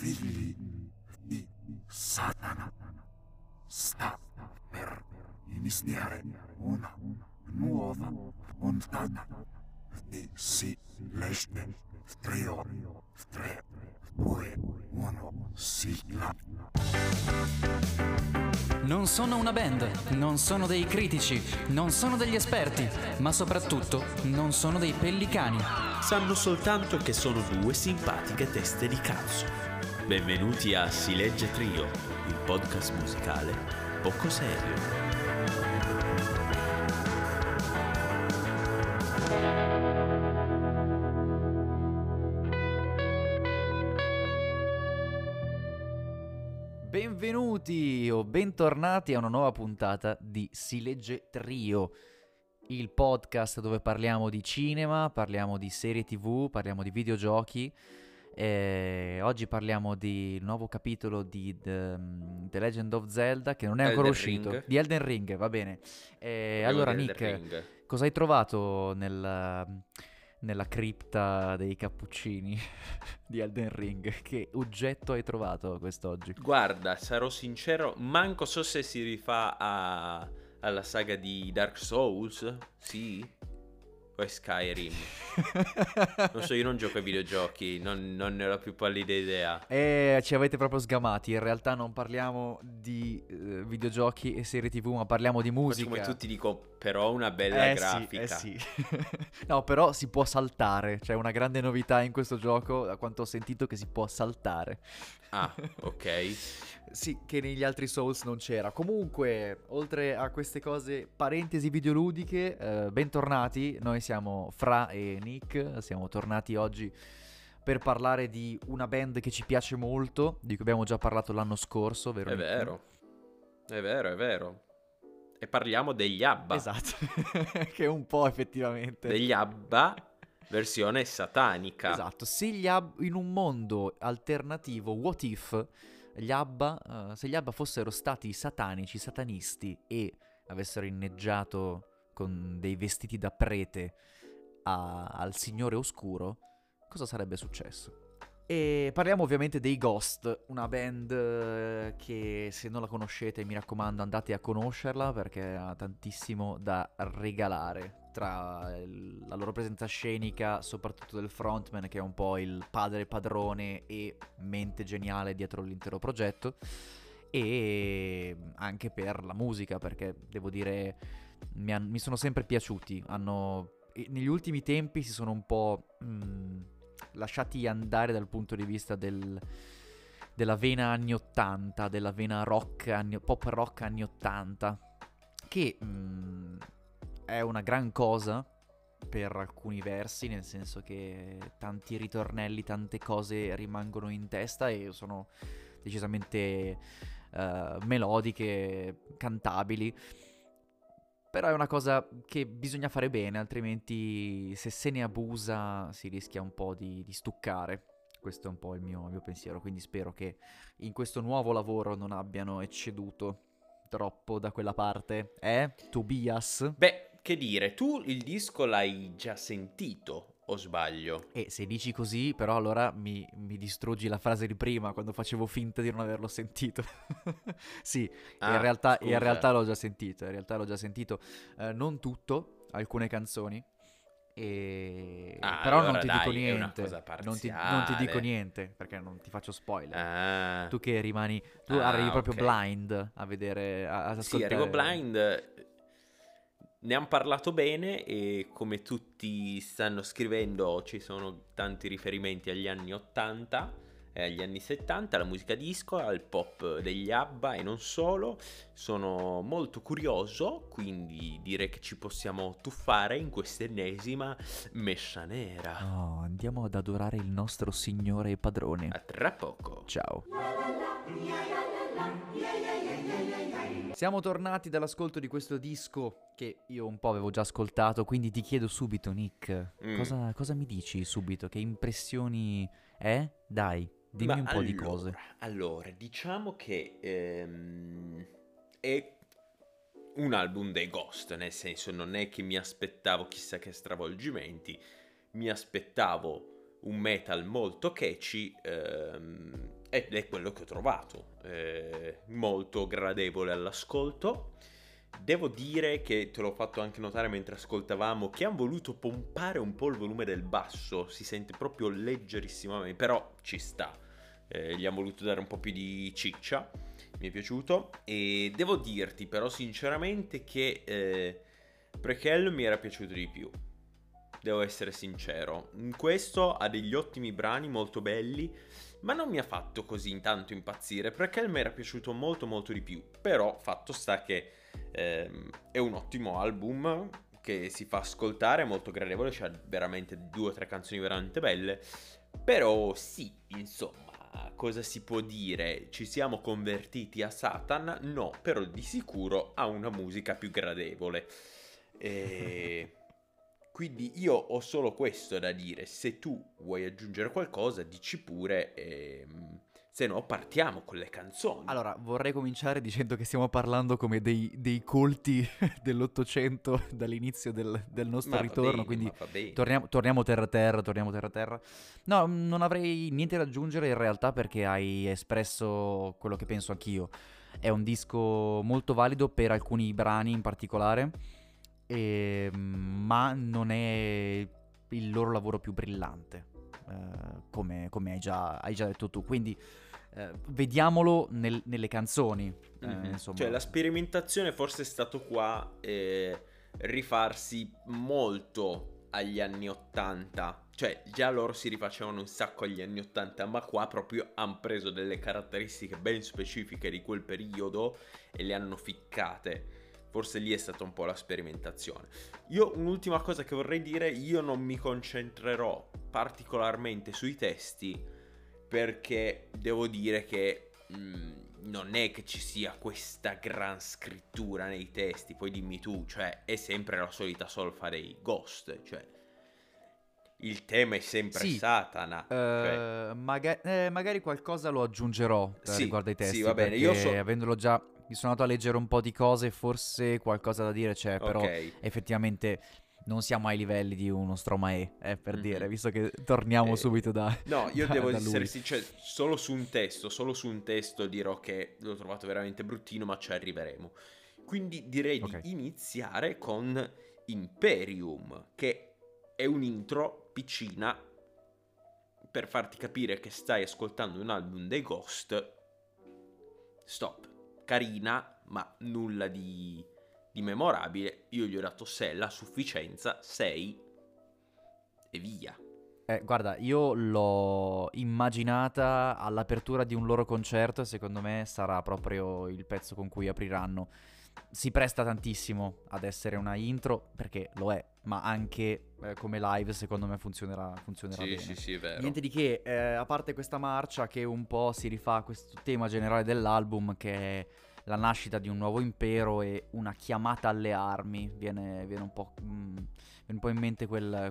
figli di Satana. Sta per iniziare una nuova puntata di Silege Trio. 3, 2, 1, sigla. Non sono una band, non sono dei critici, non sono degli esperti, ma soprattutto non sono dei pellicani. Sanno soltanto che sono due simpatiche teste di cazzo. Benvenuti a Silege Trio, il podcast musicale poco serio. Benvenuti o bentornati a una nuova puntata di Silege Trio, il podcast dove parliamo di cinema, parliamo di serie TV, parliamo di videogiochi. Oggi parliamo di nuovo capitolo di The Legend of Zelda, che non è ancora uscito. Ring. Di Elden Ring, va bene. Allora Elden Nick, Ring. cosa hai trovato nella cripta dei cappuccini di Elden Ring? Che oggetto hai trovato quest'oggi? Guarda, sarò sincero, manco so se si rifà alla saga di Dark Souls, sì? O è Skyrim? Non so, io non gioco ai videogiochi, non ne ho più pallida idea. Ci avete proprio sgamati. In realtà non parliamo di videogiochi e serie TV, ma parliamo di musica. Come tutti dico, però una bella grafica. Sì. No, però si può saltare. C'è una grande novità in questo gioco, da quanto ho sentito, che si può saltare. Ah, ok. Sì, che negli altri Souls non c'era. Comunque, oltre a queste cose, parentesi videoludiche, bentornati. Noi siamo Fra e Nick. Siamo tornati oggi per parlare di una band che ci piace molto, di cui abbiamo già parlato l'anno scorso, vero? È Nick? vero. E parliamo degli ABBA. Esatto, che un po' effettivamente. Degli ABBA versione satanica. Esatto, se in un mondo alternativo, what if gli ABBA, se gli ABBA fossero stati satanici, satanisti e avessero inneggiato con dei vestiti da prete al Signore Oscuro, cosa sarebbe successo? E parliamo ovviamente dei Ghost, una band che, se non la conoscete, mi raccomando, andate a conoscerla perché ha tantissimo da regalare, tra la loro presenza scenica, soprattutto del frontman, che è un po' il padre padrone e mente geniale dietro l'intero progetto, e anche per la musica, perché devo dire mi sono sempre piaciuti. Negli ultimi tempi si sono un po' lasciati andare dal punto di vista della vena anni 80, della vena rock pop rock anni 80, che è una gran cosa per alcuni versi, nel senso che tanti ritornelli, tante cose rimangono in testa e sono decisamente melodiche, cantabili. Però è una cosa che bisogna fare bene, altrimenti se se ne abusa si rischia un po' di stuccare. Questo è un po' il mio pensiero, quindi spero che in questo nuovo lavoro non abbiano ecceduto troppo da quella parte. Tobias? Beh, che dire, tu il disco l'hai già sentito, o sbaglio? E se dici così, però allora mi distruggi la frase di prima, quando facevo finta di non averlo sentito. Sì, in realtà l'ho già sentito, non tutto, alcune canzoni, però allora non ti dico dai, niente. è una cosa non ti parziale. dico niente, perché non ti faccio spoiler. Ah, Tu che tu arrivi proprio ok. blind a vedere, ad ascoltare. Sì, arrivo blind. Ne hanno parlato bene e come tutti stanno scrivendo ci sono tanti riferimenti agli anni 80 e agli anni 70, alla musica disco, al pop degli ABBA e non solo. Sono molto curioso, quindi direi che ci possiamo tuffare in questa ennesima messa nera. Oh, andiamo ad adorare il nostro Signore e Padrone. A tra poco. Ciao. Siamo tornati dall'ascolto di questo disco che io un po' avevo già ascoltato, quindi ti chiedo subito, Nick, cosa mi dici subito? Che impressioni è? Dai, dimmi un po' di cose. Allora, diciamo che è un album dei Ghost, nel senso non è che mi aspettavo chissà che stravolgimenti, mi aspettavo un metal molto catchy ed è quello che ho trovato, molto gradevole all'ascolto. Devo dire che te l'ho fatto anche notare mentre ascoltavamo che hanno voluto pompare un po' il volume del basso, si sente proprio leggerissimamente, però ci sta. Gli hanno voluto dare un po' più di ciccia, mi è piaciuto. E devo dirti però sinceramente che Prequel mi era piaciuto di più, devo essere sincero. Questo ha degli ottimi brani molto belli, ma non mi ha fatto così intanto impazzire. Prequel mi era piaciuto molto molto di più, però fatto sta che è un ottimo album che si fa ascoltare, molto gradevole, c'ha veramente 2 o 3 canzoni veramente belle. Però sì, insomma, cosa si può dire? Ci siamo convertiti a Satan? No, però di sicuro ha una musica più gradevole. E quindi io ho solo questo da dire. Se tu vuoi aggiungere qualcosa, dici pure, se no partiamo con le canzoni. Allora, vorrei cominciare dicendo che stiamo parlando come dei colti dell'Ottocento dall'inizio del nostro ritorno, quindi va bene. torniamo terra a terra. No, non avrei niente da aggiungere in realtà perché hai espresso quello che penso anch'io. È un disco molto valido per alcuni brani in particolare, ma non è il loro lavoro più brillante, come hai già detto tu. Quindi vediamolo nelle canzoni. Insomma. Cioè la sperimentazione forse è stato qua rifarsi molto agli anni 80. Cioè già loro si rifacevano un sacco agli anni 80, ma qua proprio hanno preso delle caratteristiche ben specifiche di quel periodo e le hanno ficcate. Forse lì è stata un po' la sperimentazione. Io un'ultima cosa che vorrei dire, io non mi concentrerò particolarmente sui testi, perché devo dire che non è che ci sia questa gran scrittura nei testi, poi dimmi tu, cioè è sempre la solita solfa dei Ghost, cioè il tema è sempre Satana. Cioè... magari qualcosa lo aggiungerò riguardo ai testi, sì, va bene. Perché avendolo già, mi sono andato a leggere un po' di cose, forse qualcosa da dire c'è, però effettivamente non siamo ai livelli di uno Stromae, per dire, visto che torniamo subito da no, io devo essere sincero, solo su un testo dirò che l'ho trovato veramente bruttino, ma ci arriveremo. Quindi direi di iniziare con Imperium, che è un intro piccina per farti capire che stai ascoltando un album dei Ghost. Stop. Carina, ma nulla di memorabile. Io gli ho dato 6, la sufficienza, 6 e via. Guarda, io l'ho immaginata all'apertura di un loro concerto e secondo me sarà proprio il pezzo con cui apriranno. Si presta tantissimo ad essere una intro, perché lo è, ma anche come live secondo me funzionerà bene. Sì, è vero. Niente di che, a parte questa marcia che un po' si rifà a questo tema generale dell'album, che è la nascita di un nuovo impero e una chiamata alle armi. Viene un po' in mente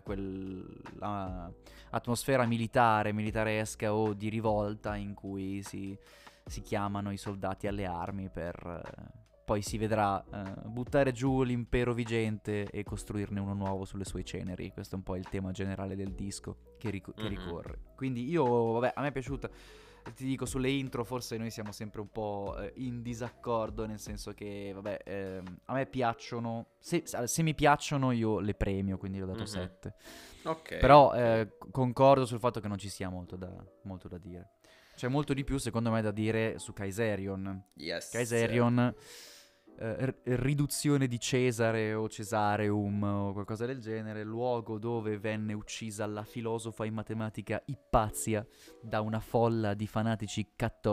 atmosfera militaresca o di rivolta in cui si chiamano i soldati alle armi per... poi si vedrà buttare giù l'impero vigente e costruirne uno nuovo sulle sue ceneri. Questo è un po' il tema generale del disco che ricorre. Quindi io, vabbè, a me è piaciuta. Ti dico, sulle intro forse noi siamo sempre un po' in disaccordo, nel senso che, vabbè, a me piacciono. Se mi piacciono io le premio, quindi ho dato 7. Ok. Però concordo sul fatto che non ci sia molto da dire. C'è molto di più, secondo me, da dire su Kaiserion. Yes. Kaiserion, riduzione di Cesare o Cesareum o qualcosa del genere, luogo dove venne uccisa la filosofa in matematica Ippazia da una folla di fanatici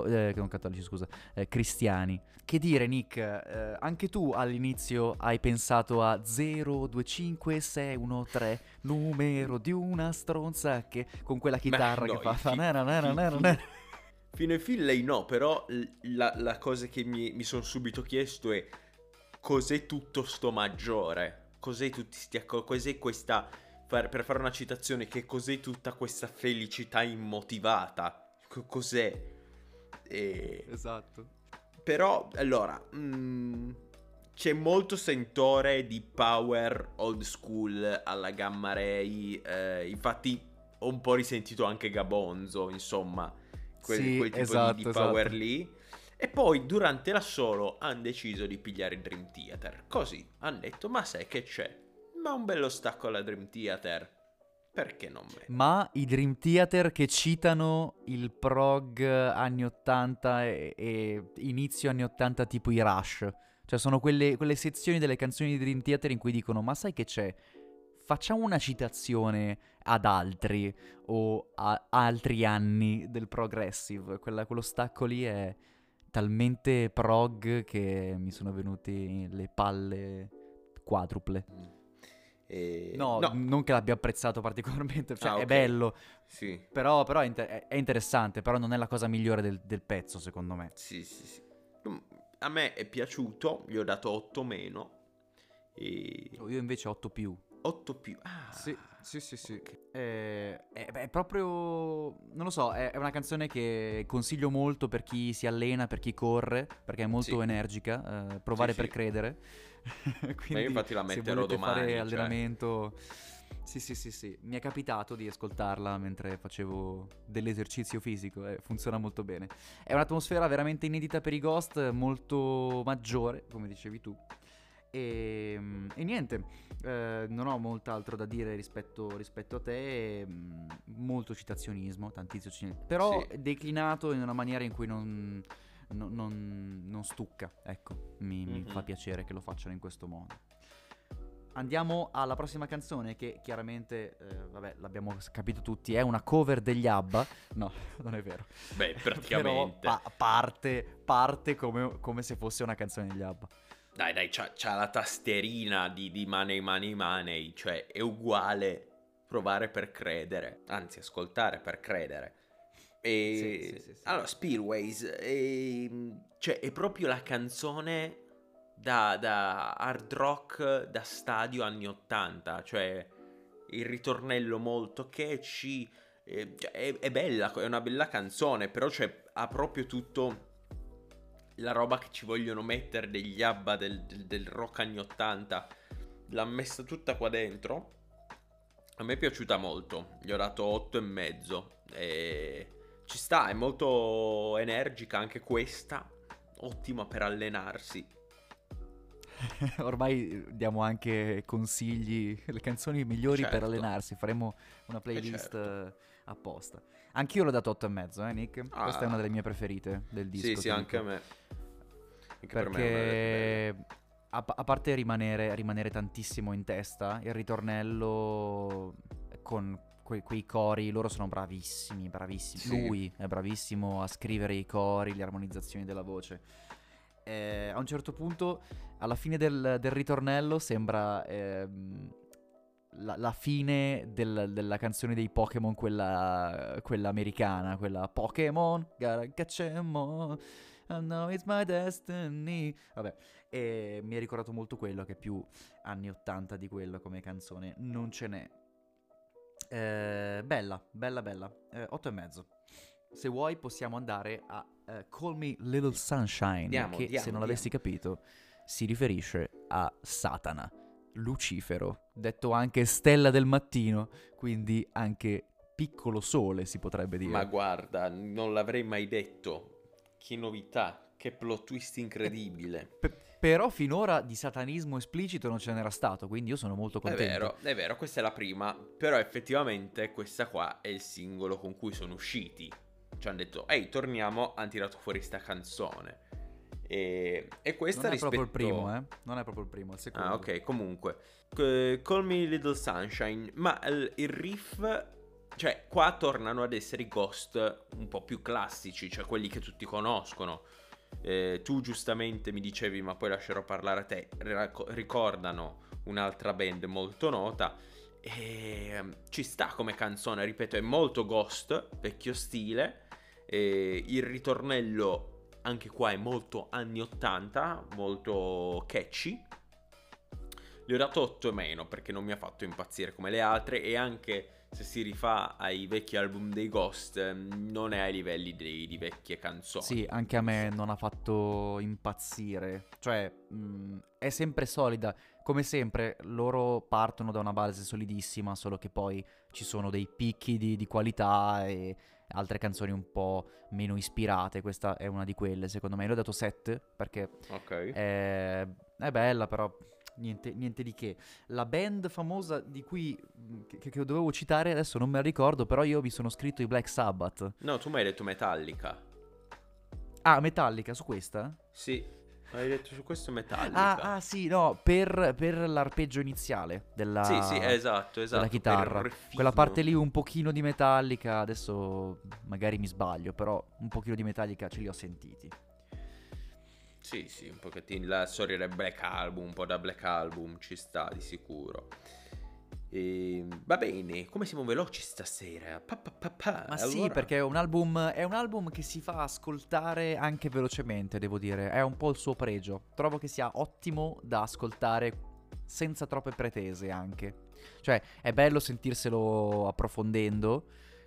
cristiani. Che dire, Nick, anche tu all'inizio hai pensato a 0256113, numero di una stronza che con quella chitarra che fa fino in fin lei no, però la cosa che mi sono subito chiesto è: cos'è tutto sto maggiore? Cos'è cos'è questa, per fare una citazione, che cos'è tutta questa felicità immotivata? Cos'è? Esatto. Però, allora, c'è molto sentore di power old school alla Gamma Ray, infatti ho un po' risentito anche Gabonzo, insomma, Sì, quel tipo di esatto, power esatto. lì. E poi durante l'assolo hanno deciso di pigliare il Dream Theater. Così hanno detto, ma sai che c'è? Ma un bello stacco alla Dream Theater, perché non mettere? Ma i Dream Theater che citano il prog anni 80 e inizio anni 80 tipo i Rush. Cioè sono quelle sezioni delle canzoni di Dream Theater in cui dicono ma sai che c'è? Facciamo una citazione ad altri o a altri anni del progressive. Quello stacco lì è talmente prog che mi sono venuti le palle quadruple. No, No. non che l'abbia apprezzato particolarmente, cioè Ah, è ok. bello, Sì. però è interessante, però non è la cosa migliore del pezzo, secondo me. Sì, sì, sì. A me è piaciuto, gli ho dato 8 meno. E Io invece 8 più. 8 più. Ah, Sì, sì, sì, sì. ok. È proprio, non lo so, è una canzone che consiglio molto per chi si allena, per chi corre, perché è molto Sì. energica, provare Sì, per sì. credere. Ma io Quindi infatti la se metterò volete fare domani, cioè. allenamento... Sì, sì, sì, sì. Mi è capitato di ascoltarla mentre facevo dell'esercizio fisico e funziona molto bene. È un'atmosfera veramente inedita per i Ghost, molto maggiore, come dicevi tu. E niente, non ho molt'altro da dire rispetto a te. Molto citazionismo, tantissimo citazionismo, però Sì. declinato in una maniera in cui non stucca. Ecco, mi fa Mhm. piacere che lo facciano in questo modo. Andiamo alla prossima canzone che chiaramente, vabbè, l'abbiamo capito tutti, è una cover degli ABBA. No, non è vero. Beh, Però praticamente. parte come se fosse una canzone degli ABBA. Dai, c'ha la tastierina di Money Money Money, cioè è uguale provare per credere, anzi ascoltare per credere. Sì, sì, E sì, sì. allora, Speedways, cioè è proprio la canzone da hard rock da stadio anni 80, cioè il ritornello molto catchy, cioè, è bella, è una bella canzone, però cioè, ha proprio tutto la roba che ci vogliono mettere degli ABBA del rock anni 80, l'ha messa tutta qua dentro. A me è piaciuta molto, gli ho dato 8 e mezzo e ci sta, è molto energica anche questa, ottima per allenarsi. Ormai diamo anche consigli, le canzoni migliori per Certo, allenarsi. Faremo una playlist certo. apposta. Anch'io l'ho dato 8 e mezzo, Nick. Questa è una delle Ah, mie preferite del sì, disco, sì, ti anche a dico. me. Anche per me è una delle più belle. Perché a parte rimanere tantissimo in testa, il ritornello con quei cori, loro sono bravissimi, bravissimi. Sì, Lui è bravissimo a scrivere i cori, le armonizzazioni della voce. A un certo punto, alla fine del ritornello, sembra la fine della canzone dei Pokémon, quella americana, quella Pokémon, gotta catch 'em all, I know it's my destiny. Vabbè, e mi ha ricordato molto quello, che più anni 80 di quello come canzone non ce n'è. Bella, bella, bella. 8 e mezzo. Se vuoi possiamo andare a Call Me Little Sunshine, che se non l'avessi capito si riferisce a Satana, Lucifero, detto anche stella del mattino, quindi anche piccolo sole si potrebbe ma dire. guarda, non l'avrei mai detto. Che novità, che plot twist incredibile. Però finora di satanismo esplicito non ce n'era stato, quindi io sono molto contento. È vero, questa è la prima, però effettivamente questa qua è il singolo con cui sono usciti. Ci hanno detto, ehi, torniamo, hanno tirato fuori sta canzone. E questa Non è rispetto... proprio il primo, Non è proprio il primo, è il secondo. Ah, ok, comunque. Call Me Little Sunshine, ma il riff... Cioè, qua tornano ad essere i Ghost un po' più classici, cioè quelli che tutti conoscono. Tu giustamente mi dicevi, ma poi lascerò parlare a te, ricordano un'altra band molto nota e ci sta come canzone, ripeto, è molto Ghost, vecchio stile, il ritornello anche qua è molto anni 80, molto catchy. Gli ho dato 8 e meno perché non mi ha fatto impazzire come le altre e anche se si rifà ai vecchi album dei Ghost non è ai livelli di vecchie canzoni. Sì, anche a me non ha fatto impazzire. Cioè, è sempre solida. Come sempre, loro partono da una base solidissima, solo che poi ci sono dei picchi di qualità e altre canzoni un po' meno ispirate. Questa è una di quelle, secondo me. L'ho dato 7 perché Ok. è bella, però niente di che. La band famosa di cui che dovevo citare adesso non me la ricordo, però io mi sono scritto i Black Sabbath. No, tu mi hai detto Metallica. Ah, Metallica, su questa? Sì, hai detto su questo Metallica. Ah, sì, no, per l'arpeggio iniziale Sì, sì, esatto, della per chitarra. il riffino. Quella parte lì un pochino di Metallica, adesso magari mi sbaglio, però un pochino di Metallica ce li ho sentiti. Sì, sì, un pochettino la storia del Black Album, un po' da Black Album ci sta di sicuro. E, va bene, come siamo veloci stasera? Ma sì, Allora, perché è un album che si fa ascoltare anche velocemente, devo dire. È un po' il suo pregio. Trovo che sia ottimo da ascoltare senza troppe pretese anche. Cioè, è bello sentirselo approfondendo,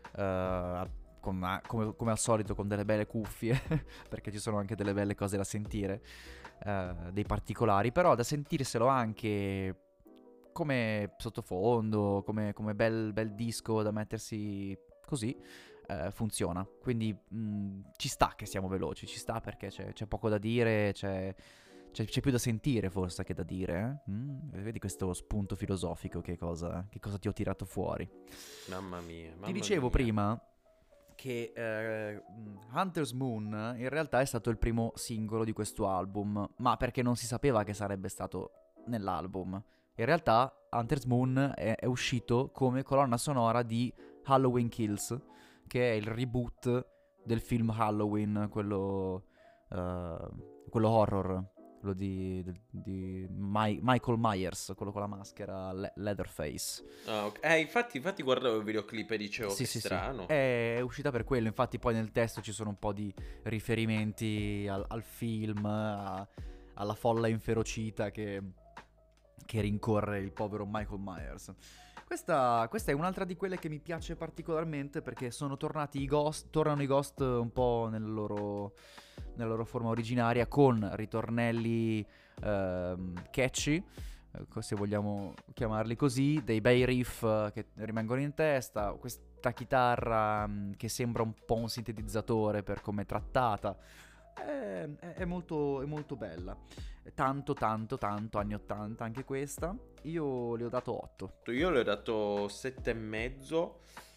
come al solito con delle belle cuffie, perché ci sono anche delle belle cose da sentire, dei particolari, però da sentirselo anche come sottofondo, come bel disco da mettersi così, funziona. Quindi ci sta che siamo veloci, ci sta perché c'è poco da dire, c'è più da sentire forse che da dire. Vedi questo spunto filosofico, che cosa ti ho tirato fuori. mamma mia. Ti dicevo prima che Hunter's Moon in realtà è stato il primo singolo di questo album, ma perché non si sapeva che sarebbe stato nell'album. In realtà Hunter's Moon è uscito come colonna sonora di Halloween Kills, che è il reboot del film Halloween, quello horror, quello di Michael Myers, quello con la maschera Leatherface. Ah, ok. Infatti guardavo il videoclip e dicevo Sì, che sì, sì. strano. È uscita per quello, infatti poi nel testo ci sono un po' di riferimenti al film, alla folla inferocita che rincorre il povero Michael Myers. Questa è un'altra di quelle che mi piace particolarmente perché tornano i Ghost un po' nella loro forma originaria, con ritornelli catchy, se vogliamo chiamarli così, dei bei riff che rimangono in testa, questa chitarra che sembra un po' un sintetizzatore per come è trattata. È molto bella. Tanto anni 80 anche questa. Io le ho dato 8. Io le ho dato 7,5.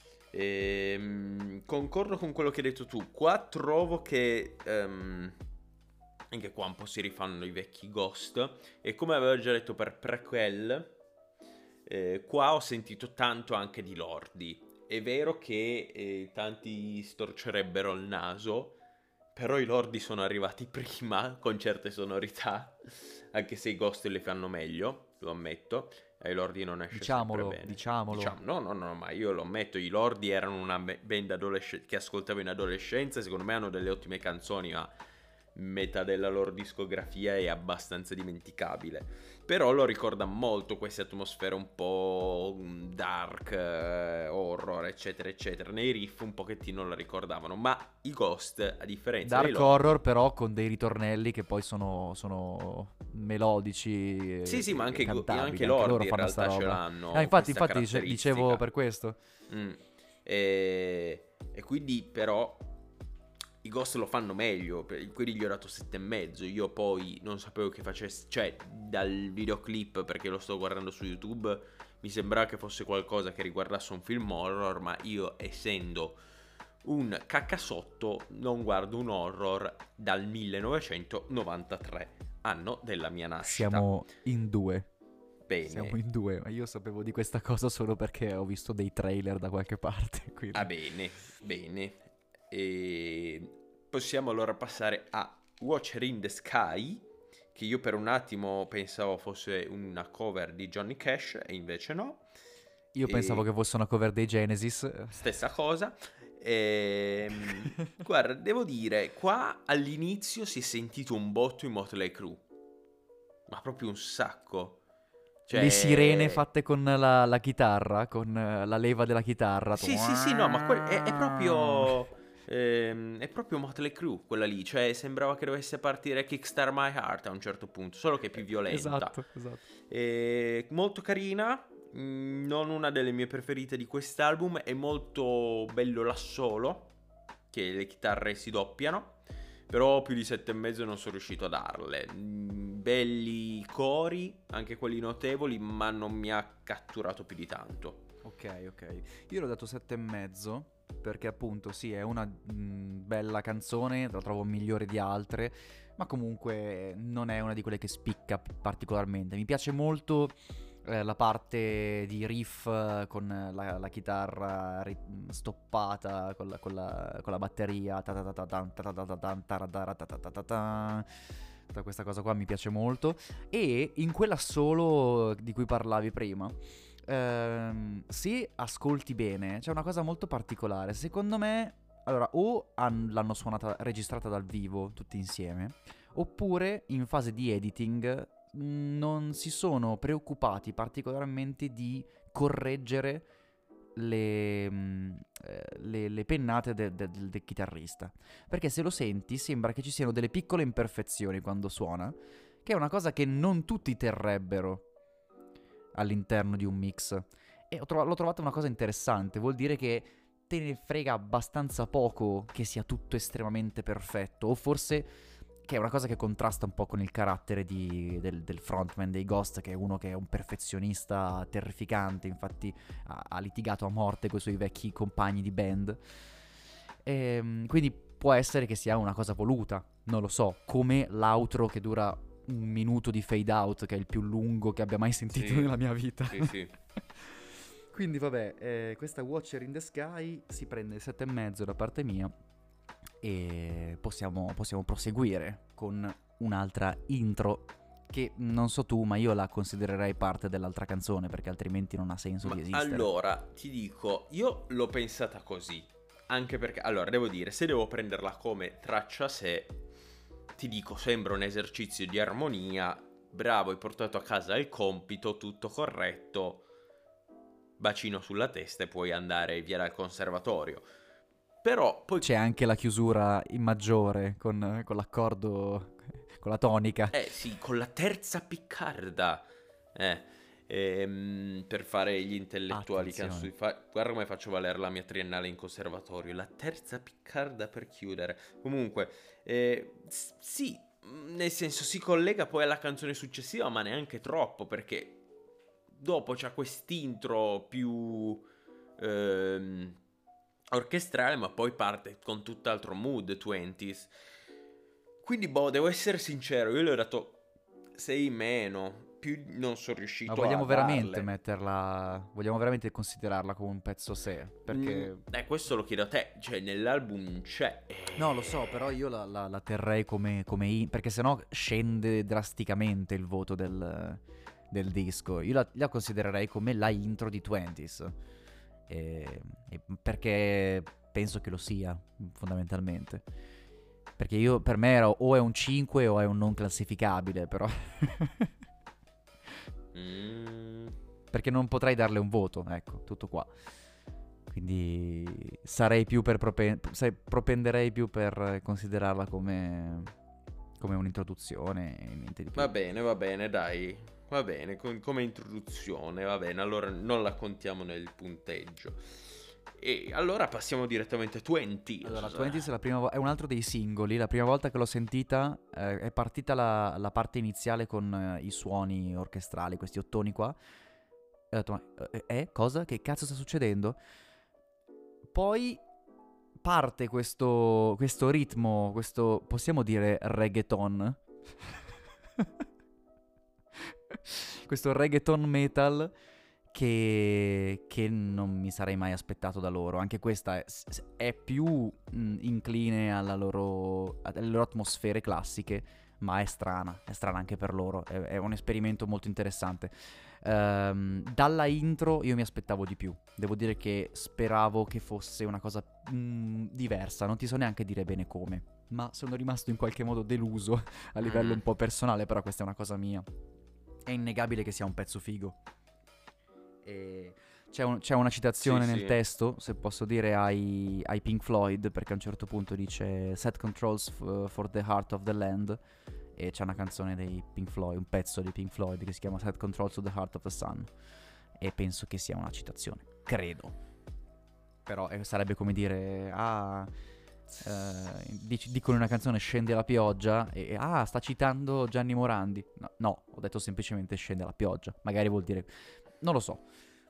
Concordo con quello che hai detto tu. Qua trovo che anche qua un po' si rifanno i vecchi Ghost. E come avevo già detto per Prequel, qua ho sentito tanto anche di Lordi. È vero che tanti storcerebbero il naso, però i Lordi sono arrivati prima con certe sonorità, anche se i Ghost le fanno meglio, lo ammetto. Ai Lordi non esce sempre bene. Diciamolo. No, ma io lo ammetto, i Lordi erano una band che ascoltavo in adolescenza, secondo me hanno delle ottime canzoni, ma metà della loro discografia è abbastanza dimenticabile. Però lo ricorda molto queste atmosfere un po' dark, horror, eccetera, eccetera. Nei riff un pochettino la ricordavano, ma i Ghost, a differenza dei Dark loro... horror però con dei ritornelli che poi sono melodici. Sì, ma anche cantabili, loro loro in fanno realtà sta ce roba. l'hanno. Infatti questa caratteristica. dicevo per questo. E quindi però i Ghost lo fanno meglio, quindi gli ho dato 7,5. Io poi non sapevo che facesse, cioè dal videoclip, perché lo sto guardando su YouTube, mi sembrava che fosse qualcosa che riguardasse un film horror, ma io, essendo un caccasotto, non guardo un horror dal 1993, anno della mia nascita. Siamo in due. Bene. Siamo in due, ma io sapevo di questa cosa solo perché ho visto dei trailer da qualche parte. Quindi. Ah, bene. E possiamo allora passare a Watcher in the Sky, che io per un attimo pensavo fosse una cover di Johnny Cash e invece no. Io pensavo che fosse una cover dei Genesis. Stessa cosa. Guarda, devo dire, qua all'inizio si è sentito un botto in Motley Crue, ma proprio un sacco. Cioè... Le sirene fatte con la chitarra, con la leva della chitarra. Sì, no, ma è proprio... è proprio Motley Crue quella lì, cioè sembrava che dovesse partire Kickstart My Heart a un certo punto, solo che è più violenta. Esatto. Molto carina, non una delle mie preferite di quest'album, è molto bello l'assolo, che le chitarre si doppiano, però più di 7,5 non sono riuscito a darle. Belli cori, anche quelli notevoli, ma non mi ha catturato più di tanto. Ok. Io l'ho dato 7,5 perché appunto sì, è una bella canzone, la trovo migliore di altre, ma comunque non è una di quelle che spicca particolarmente. Mi piace molto la parte di riff con la chitarra stoppata con la batteria, tutta questa cosa qua mi piace molto. E in quella solo di cui parlavi prima, se ascolti bene, c'è una cosa molto particolare. Secondo me, allora, o l'hanno suonata, registrata dal vivo tutti insieme, oppure in fase di editing non si sono preoccupati particolarmente di correggere le pennate del chitarrista. Perché se lo senti sembra che ci siano delle piccole imperfezioni quando suona, che è una cosa che non tutti terrebbero all'interno di un mix. E l'ho trovata una cosa interessante, vuol dire che te ne frega abbastanza poco che sia tutto estremamente perfetto, o forse che è una cosa che contrasta un po' con il carattere del frontman dei Ghost, che è uno che è un perfezionista terrificante, infatti ha litigato a morte con i suoi vecchi compagni di band. Quindi può essere che sia una cosa voluta, non lo so, come l'outro che dura 1 minuto di fade out, che è il più lungo che abbia mai sentito nella mia vita. Sì. Quindi vabbè, questa Watcher in the Sky si prende 7,5 da parte mia e possiamo proseguire con un'altra intro che non so tu, ma io la considererei parte dell'altra canzone perché altrimenti non ha senso di esistere. Allora, ti dico, io l'ho pensata così, anche perché, allora, devo dire, se devo prenderla come traccia a sé, ti dico, sembra un esercizio di armonia, bravo, hai portato a casa il compito, tutto corretto, bacino sulla testa e puoi andare via dal conservatorio. Però poi c'è anche la chiusura in maggiore con l'accordo, con la tonica. Sì, con la terza piccarda. Per fare gli intellettuali che hanno guarda come faccio valere la mia triennale in conservatorio. La terza piccarda per chiudere. Comunque, sì, nel senso si collega poi alla canzone successiva, ma neanche troppo, perché dopo c'ha quest'intro più orchestrale, ma poi parte con tutt'altro mood, 20s. Quindi, devo essere sincero, io le ho dato 6 meno, più non sono riuscito a vogliamo veramente darle. vogliamo veramente considerarla come un pezzo a sé? Perché questo lo chiedo a te, cioè nell'album c'è. No, lo so, però io la terrei come perché sennò scende drasticamente il voto del disco. Io la considererei come la intro di 20s. Perché penso che lo sia, fondamentalmente. Perché per me o è un 5 o è un non classificabile, però. Perché non potrei darle un voto, ecco, tutto qua. Quindi sarei più propenderei più per considerarla come un'introduzione e niente di più. Va bene, dai. Va bene, come introduzione, va bene. Allora non la contiamo nel punteggio. E allora passiamo direttamente a 20. Allora, 20 è un altro dei singoli. La prima volta che l'ho sentita è partita la parte iniziale con i suoni orchestrali, questi ottoni qua. E ho detto, ma cosa? Che cazzo sta succedendo? Poi parte questo ritmo, questo, possiamo dire, reggaeton? Questo reggaeton metal che non mi sarei mai aspettato da loro. Anche questa è più incline alle loro atmosfere classiche, ma è strana anche per loro. È un esperimento molto interessante. Dalla intro io mi aspettavo di più. Devo dire che speravo che fosse una cosa diversa. Non ti so neanche dire bene come, ma sono rimasto in qualche modo deluso a livello un po' personale. Però questa è una cosa mia. È innegabile che sia un pezzo figo. E c'è una citazione nel testo, se posso dire, ai Pink Floyd, perché a un certo punto dice Set controls for the heart of the land, e c'è una canzone dei Pink Floyd, un pezzo dei Pink Floyd che si chiama Set controls to the heart of the sun, e penso che sia una citazione, credo. Però sarebbe come dire dicono in una canzone scende la pioggia e sta citando Gianni Morandi. No, ho detto semplicemente scende la pioggia. Magari vuol dire... non lo so.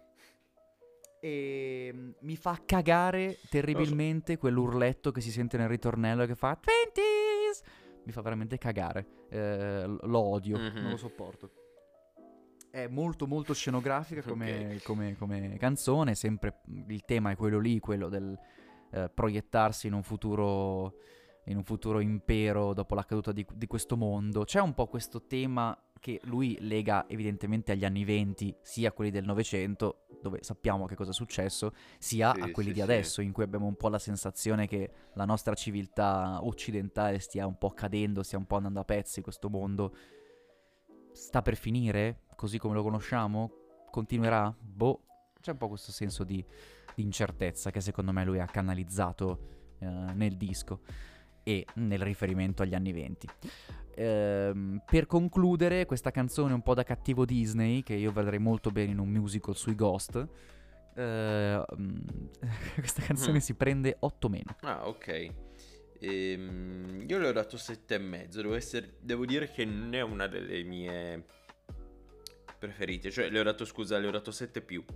E mi fa cagare terribilmente quell'urletto che si sente nel ritornello che fa 20s. Mi fa veramente cagare. Lo odio, non lo sopporto. È molto molto scenografica come canzone. Sempre il tema è quello lì, quello del proiettarsi in un futuro impero dopo la caduta di questo mondo. C'è un po' questo tema che lui lega evidentemente agli anni 20, sia a quelli del Novecento, dove sappiamo che cosa è successo, sia a quelli di adesso, in cui abbiamo un po' la sensazione che la nostra civiltà occidentale stia un po' cadendo, stia un po' andando a pezzi, questo mondo sta per finire, così come lo conosciamo? Continuerà? Boh, c'è un po' questo senso di incertezza che secondo me lui ha canalizzato nel disco e nel riferimento agli anni 20. Per concludere, questa canzone un po' da cattivo Disney, che io vedrei molto bene in un musical sui Ghost, questa canzone si prende 8 meno. Ah, ok. Io le ho dato 7,5. Devo dire che non è una delle mie preferite. Cioè, le ho dato 7 più.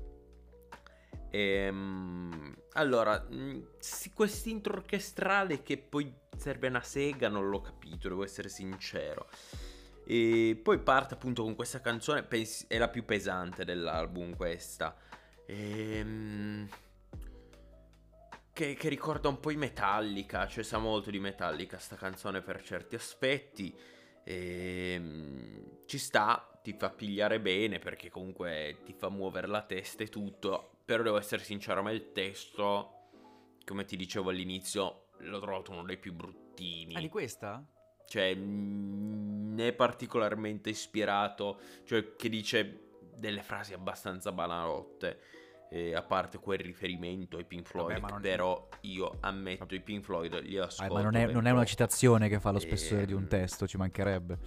Allora, quest'intro orchestrale che poi serve una sega non l'ho capito, devo essere sincero. E poi parte appunto con questa canzone, è la più pesante dell'album questa, che ricorda un po' i Metallica, cioè sa molto di Metallica sta canzone per certi aspetti. Ci sta, ti fa pigliare bene perché comunque ti fa muovere la testa e tutto. Però devo essere sincero, a me il testo, come ti dicevo all'inizio, l'ho trovato uno dei più bruttini. Ah, di questa? Cioè, ne è particolarmente ispirato, cioè che dice delle frasi abbastanza banalotte, a parte quel riferimento ai Pink Floyd. Vabbè, però io ammetto, i Pink Floyd li ascolto. Ma non è una citazione che fa lo spessore di un testo, ci mancherebbe.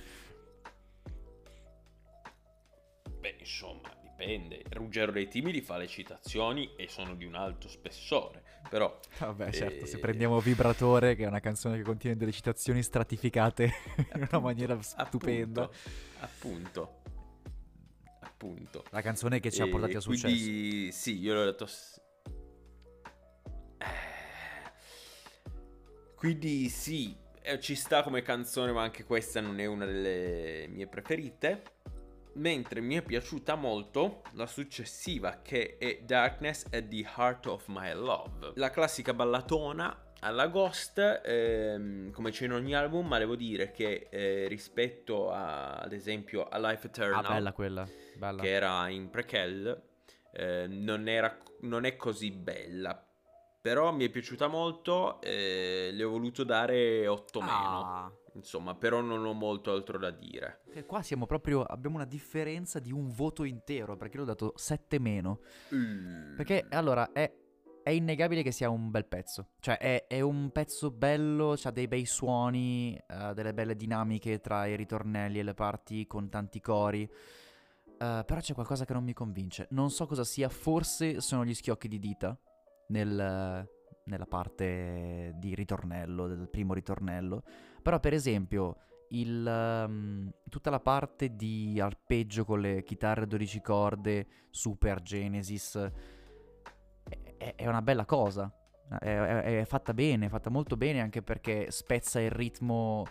Beh, insomma, dipende. Ruggero dei Timidi fa le citazioni e sono di un alto spessore, però... Vabbè, certo, se prendiamo Vibratore, che è una canzone che contiene delle citazioni stratificate in una maniera stupenda. Appunto. La canzone che ci ha portati a successo. Quindi, sì, io l'ho detto... Quindi sì, ci sta come canzone, ma anche questa non è una delle mie preferite. Mentre mi è piaciuta molto la successiva, che è Darkness at the Heart of My Love. La classica ballatona alla Ghost, come c'è in ogni album, ma devo dire che rispetto ad esempio a Life Eternal, bella quella, bella, che era in Prequel, non è così bella. Però mi è piaciuta molto, le ho voluto dare 8 meno. Insomma, però non ho molto altro da dire. Qua abbiamo una differenza di un voto intero, perché l'ho dato 7 meno. Perché allora è innegabile che sia un bel pezzo. Cioè è un pezzo bello, c'ha dei bei suoni, delle belle dinamiche tra i ritornelli e le parti con tanti cori. Però c'è qualcosa che non mi convince. Non so cosa sia, forse sono gli schiocchi di dita nella parte di ritornello, del primo ritornello. Però per esempio tutta la parte di arpeggio con le chitarre a 12 corde, Super Genesis, è una bella cosa. È fatta bene, è fatta molto bene, anche perché spezza il ritmo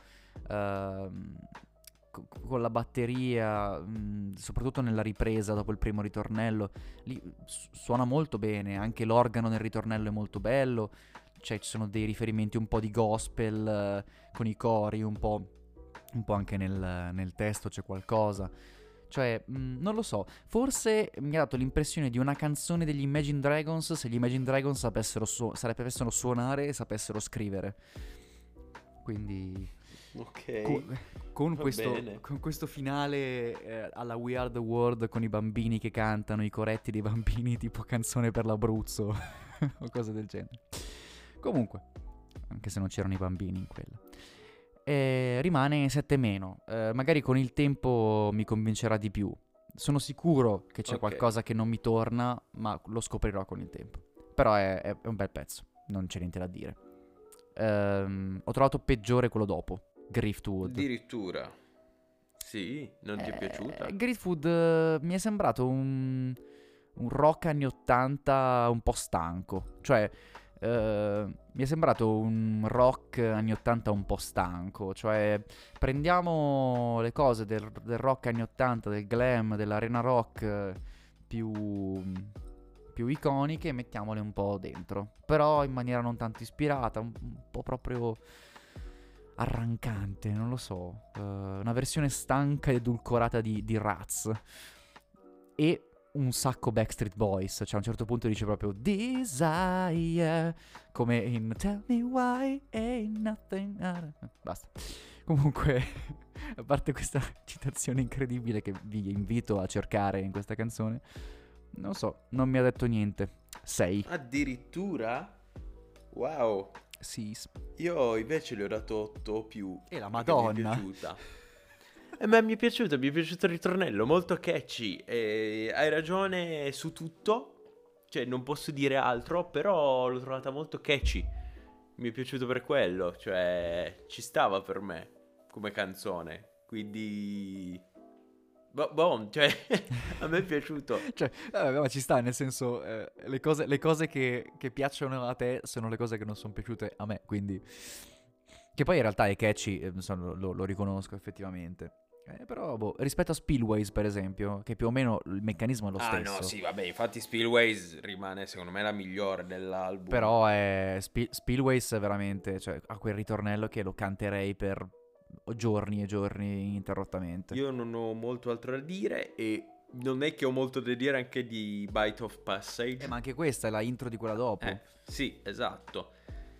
con la batteria, soprattutto nella ripresa dopo il primo ritornello. Lì suona molto bene, anche l'organo nel ritornello è molto bello. Cioè ci sono dei riferimenti un po' di gospel con i cori, un po' anche nel testo c'è qualcosa. Cioè, non lo so, forse mi ha dato l'impressione di una canzone degli Imagine Dragons se gli Imagine Dragons sapessero suonare e sapessero scrivere. Quindi... ok, con questo finale alla We Are The World, con i bambini che cantano, i coretti dei bambini tipo Canzone per l'Abruzzo o cose del genere. Comunque, anche se non c'erano i bambini in quella, rimane 7 meno. Magari con il tempo mi convincerà di più. Sono sicuro che c'è qualcosa che non mi torna, ma lo scoprirò con il tempo. Però è un bel pezzo, non c'è niente da dire. Ho trovato peggiore quello dopo, Griftwood. Addirittura. Sì, non ti è piaciuta? Griftwood mi è sembrato un rock anni 80 un po' stanco. Cioè, mi è sembrato un rock anni 80 un po' stanco. Cioè, prendiamo le cose del rock anni 80, del glam, dell'arena rock più iconiche e mettiamole un po' dentro. Però in maniera non tanto ispirata, un po' proprio arrancante, non lo so. Una versione stanca ed edulcorata di Raz. E un sacco Backstreet Boys. Cioè a un certo punto dice proprio Desire, come in Tell Me Why Ain't Nothing. Basta. Comunque, a parte questa citazione incredibile che vi invito a cercare in questa canzone, non so, non mi ha detto niente. 6. Addirittura? Wow. Sì. Io invece le ho dato 8 o più. E la perché mi è Madonna. piaciuta. Ma mi è piaciuto il ritornello, molto catchy. Hai ragione su tutto, cioè non posso dire altro, però l'ho trovata molto catchy. Mi è piaciuto per quello, cioè ci stava per me come canzone, quindi... cioè a me è piaciuto. Cioè, ma ci sta, nel senso, le cose che piacciono a te sono le cose che non sono piaciute a me, quindi... Che poi in realtà è catchy, lo riconosco effettivamente. Però, rispetto a Spillways, per esempio, che più o meno il meccanismo è lo stesso. Ah no, sì, vabbè, infatti Spillways rimane secondo me la migliore dell'album. Però Spillways veramente, cioè, ha quel ritornello che lo canterei per giorni e giorni ininterrottamente. Io non ho molto altro da dire e non è che ho molto da dire anche di Bite of Passage. Ma anche questa è la intro di quella dopo. Sì, esatto.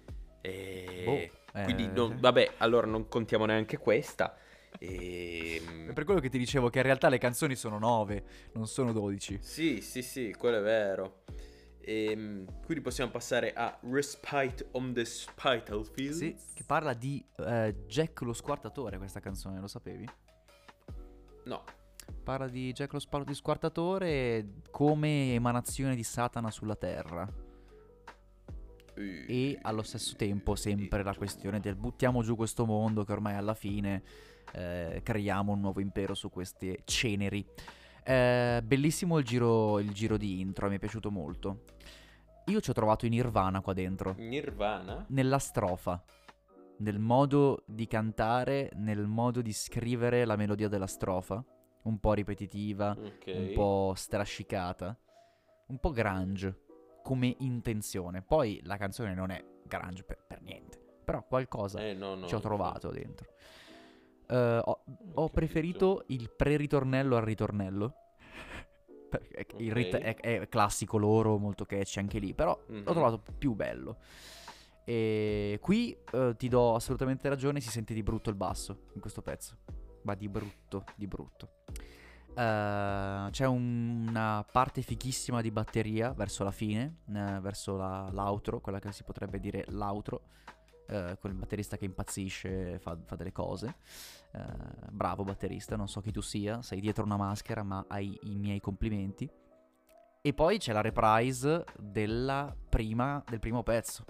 Boh, quindi vabbè, allora non contiamo neanche questa. È per quello che ti dicevo che in realtà le canzoni sono 9, non sono 12. Sì, quello è vero. Quindi possiamo passare a Respite on the Spital Fields. Sì, che parla di Jack lo squartatore, questa canzone, lo sapevi? No. Parla di Jack lo squartatore come emanazione di Satana sulla terra. E allo stesso tempo sempre la questione del buttiamo giù questo mondo che ormai alla fine creiamo un nuovo impero su queste ceneri. Bellissimo il giro di intro, mi è piaciuto molto. Io ci ho trovato in Nirvana qua dentro. Nirvana? Nella strofa, nel modo di cantare, nel modo di scrivere la melodia della strofa, un po' ripetitiva, un po' strascicata, un po' grunge come intenzione. Poi la canzone non è grunge per niente, però qualcosa ci ho trovato dentro. Ho preferito il pre-ritornello al ritornello. Il rit è classico loro, molto catchy anche lì, però l'ho trovato più bello. E qui ti do assolutamente ragione, si sente di brutto il basso in questo pezzo. Ma di brutto. C'è una parte fighissima di batteria verso la fine, verso l'outro, quella che si potrebbe dire l'outro, con il batterista che impazzisce, fa delle cose. Bravo batterista, non so chi tu sia, sei dietro una maschera ma hai i miei complimenti. E poi c'è la reprise del primo pezzo.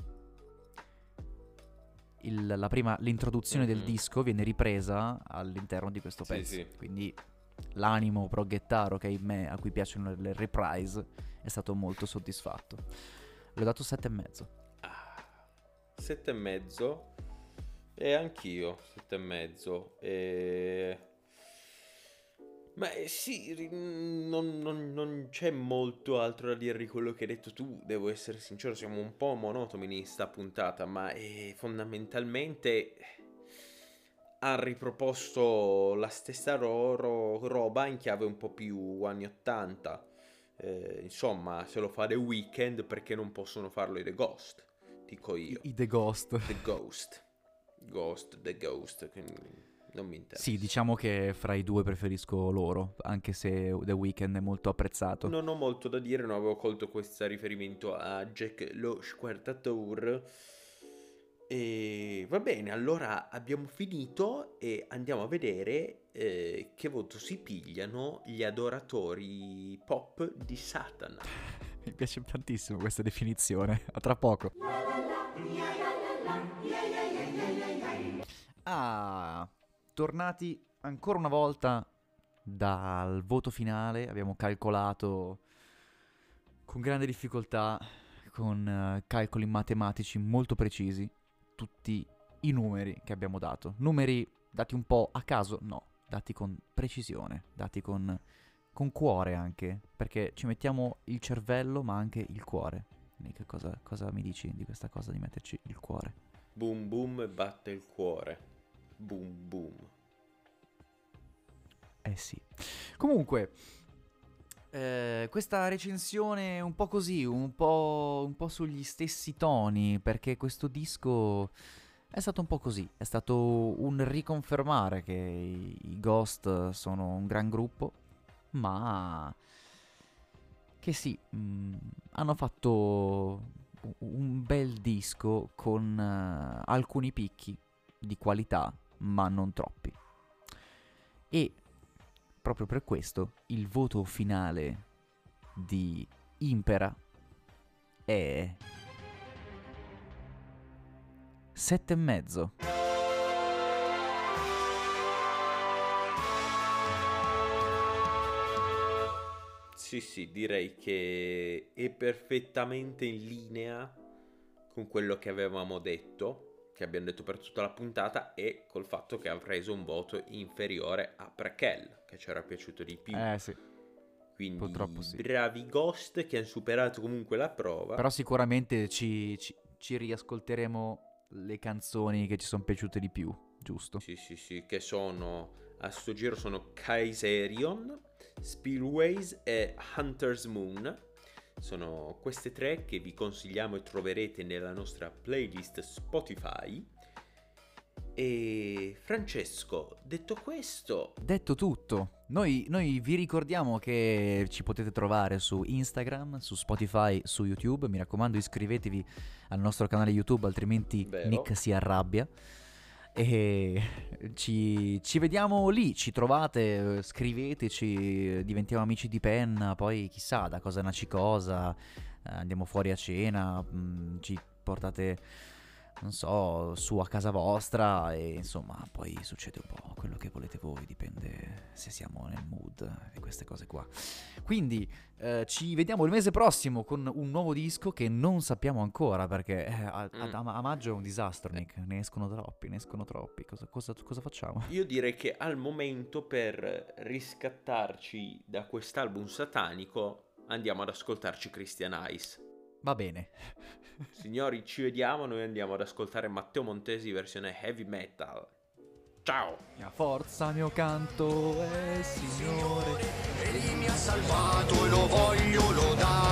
L'introduzione del disco viene ripresa all'interno di questo pezzo. Sì. Quindi l'animo proghettaro che è in me, a cui piacciono le reprise, è stato molto soddisfatto. Le ho dato 7,5. 7,5. E anch'io 7,5. Ma sì, non c'è molto altro da dire di quello che hai detto tu. Devo essere sincero, siamo un po' monotoni in sta puntata, ma fondamentalmente ha riproposto la stessa roba in chiave un po' più anni 80. Insomma, se lo fa The Weeknd, perché non possono farlo i The Ghost? Dico io. I The Ghost. The Ghost, The Ghost, che non mi interessa. Sì, diciamo che fra i due preferisco loro, anche se The Weeknd è molto apprezzato. Non ho molto da dire, non avevo colto questo riferimento a Jack lo squartatore. E va bene, allora abbiamo finito e andiamo a vedere che voto si pigliano gli adoratori pop di Satana. Mi piace tantissimo questa definizione. A tra poco. Ah, tornati ancora una volta dal voto finale, abbiamo calcolato con grande difficoltà, con calcoli matematici molto precisi, tutti i numeri che abbiamo dato. Numeri dati un po' a caso? No, dati con precisione, dati con cuore anche, perché ci mettiamo il cervello ma anche il cuore. Quindi che cosa mi dici di questa cosa di metterci il cuore? Boom boom batte il cuore. Boom boom. Eh sì. Comunque, questa recensione è un po' così, un po' sugli stessi toni, perché questo disco è stato un po' così, è stato un riconfermare che i Ghost sono un gran gruppo, ma che sì, hanno fatto un bel disco con alcuni picchi di qualità, ma non troppi. E proprio per questo il voto finale di Impera è 7,5. Sì, direi che è perfettamente in linea con quello che avevamo detto, che abbiamo detto per tutta la puntata, e col fatto che ha preso un voto inferiore a Prequel, che ci era piaciuto di più. Sì. Quindi Purtroppo sì. bravi Ghost che hanno superato comunque la prova. Però sicuramente ci riascolteremo le canzoni che ci sono piaciute di più, giusto? Sì, che sono, a sto giro sono Kaiserion, Spillways e Hunter's Moon. Sono queste tre che vi consigliamo e troverete nella nostra playlist Spotify. E Francesco, detto questo, detto tutto, noi vi ricordiamo che ci potete trovare su Instagram, su Spotify, su YouTube. Mi raccomando, iscrivetevi al nostro canale YouTube, altrimenti vero, Nick si arrabbia. E ci vediamo lì, ci trovate, scriveteci, diventiamo amici di penna, poi chissà da cosa nasce cosa, andiamo fuori a cena, ci portate, non so, su a casa vostra e insomma poi succede un po' quello che volete voi, dipende se siamo nel mood e queste cose qua. Quindi ci vediamo il mese prossimo con un nuovo disco che non sappiamo ancora, perché a maggio è un disastro, Nick, ne escono troppi. Cosa facciamo? io direi che al momento, per riscattarci da quest'album satanico, andiamo ad ascoltarci Christian Ice. Va bene. Signori, ci vediamo, noi andiamo ad ascoltare Matteo Montesi versione heavy metal. Ciao! Mia forza, mio canto è Signore. Egli mi ha salvato e lo voglio lodare.